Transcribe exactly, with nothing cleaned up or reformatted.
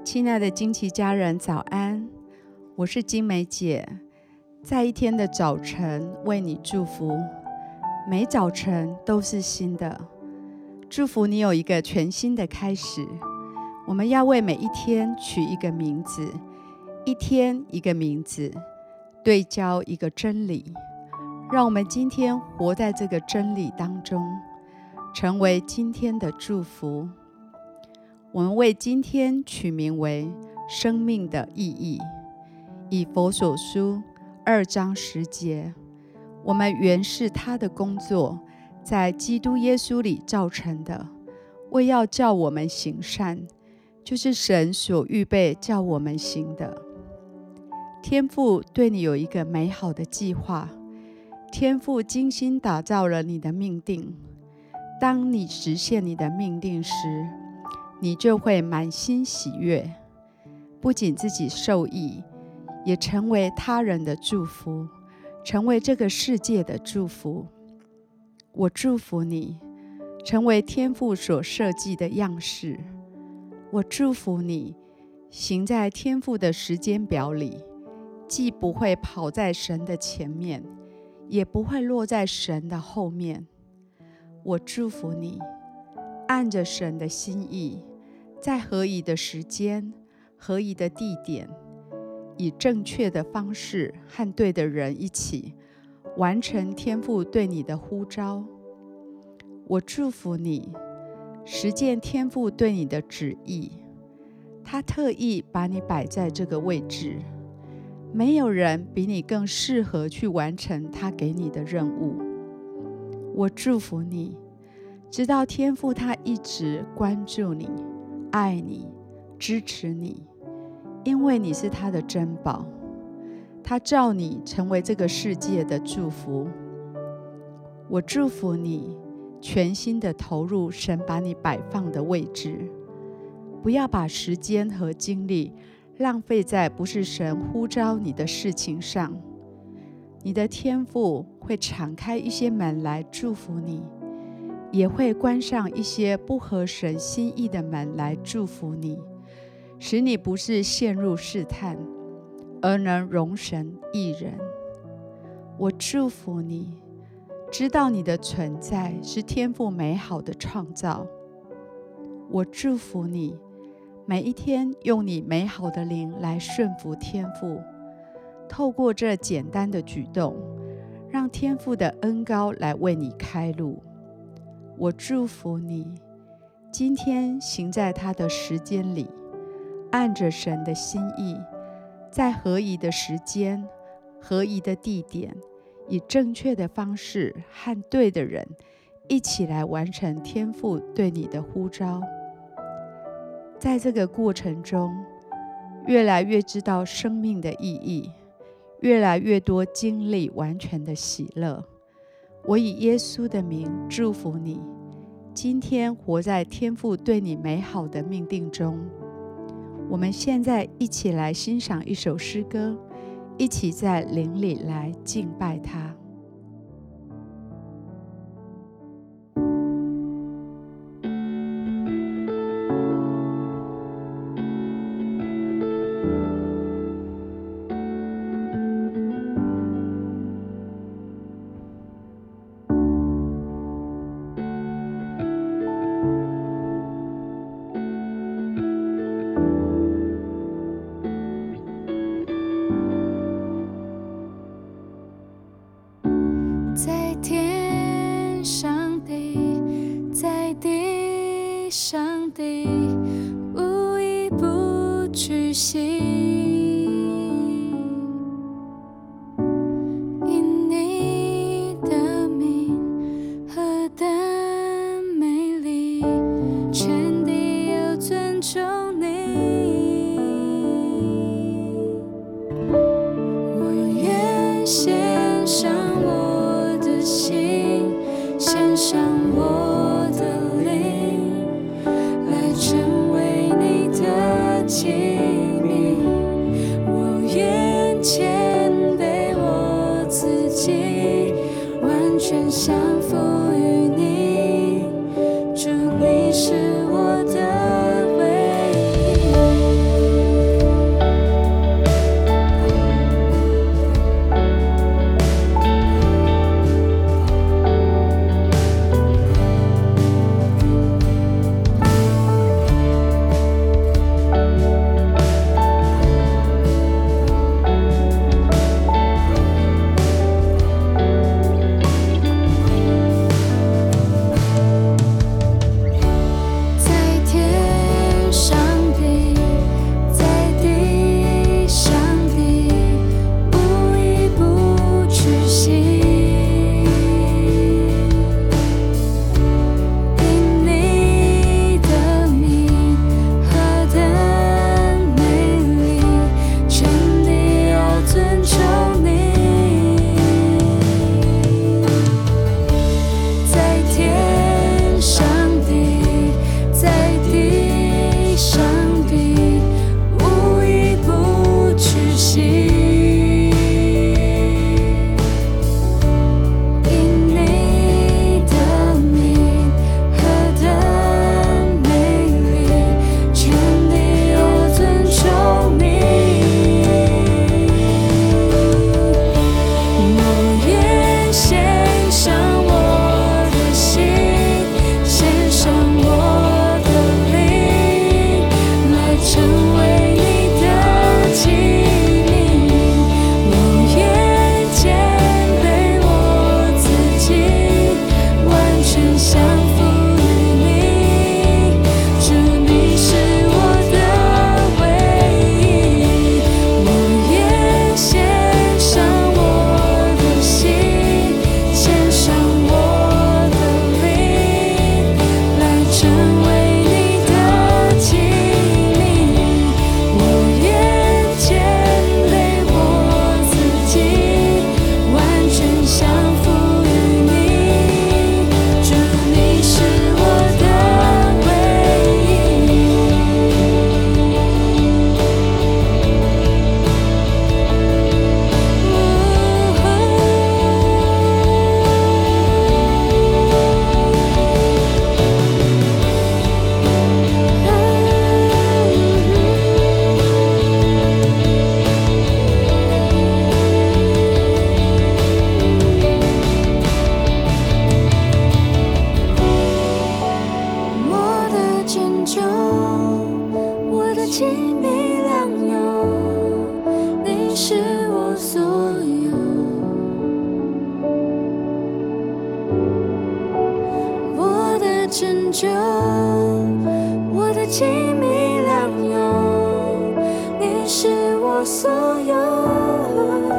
亲爱的金奇家人早安，我是金梅姐，在一天的早晨为你祝福，每早晨都是新的，祝福你有一个全新的开始。我们要为每一天取一个名字，一天一个名字，对焦一个真理，让我们今天活在这个真理当中，成为今天的祝福。我们为今天取名为生命的意义。以弗所书二章十节，我们原是他的工作，在基督耶稣里造成的，为要叫我们行善，就是神所预备叫我们行的。天父对你有一个美好的计划，天父精心打造了你的命定。当你实现你的命定时，你就会满心喜悦，不仅自己受益，也成为他人的祝福，成为这个世界的祝福。我祝福你，成为天父所设计的样式。我祝福你，行在天父的时间表里，既不会跑在神的前面，也不会落在神的后面。我祝福你，按着神的心意，在合宜的时间、合宜的地点，以正确的方式和对的人一起，完成天父对你的呼召。我祝福你，实践天父对你的旨意。他特意把你摆在这个位置，没有人比你更适合去完成他给你的任务。我祝福你，知道天父他一直关注你，爱你，支持你，因为你是他的珍宝，他召你成为这个世界的祝福。我祝福你，全心的投入神把你摆放的位置，不要把时间和精力浪费在不是神呼召你的事情上。你的天父会敞开一些门来祝福你，也会关上一些不合神心意的门来祝福你，使你不是陷入试探，而能容神一人。我祝福你，知道你的存在是天父美好的创造。我祝福你，每一天用你美好的灵来顺服天父，透过这简单的举动，让天父的恩膏来为你开路。我祝福你，今天行在他的时间里，按着神的心意，在合宜的时间、合宜的地点，以正确的方式和对的人一起来完成天父对你的呼召。在这个过程中，越来越知道生命的意义，越来越多经历完全的喜乐。我以耶稣的名祝福你，今天活在天父对你美好的命定中。我们现在一起来欣赏一首诗歌，一起在灵里来敬拜他。 在天上地，在地上地，无一不屈膝。因你的名何等美丽，全地要尊重你。我愿献上我的心，献上我的灵，来成为你的器皿。我愿谦卑我自己，完全降服于你。主，你是我的唯一。 拯救，我的奇妙良友，你是我所有。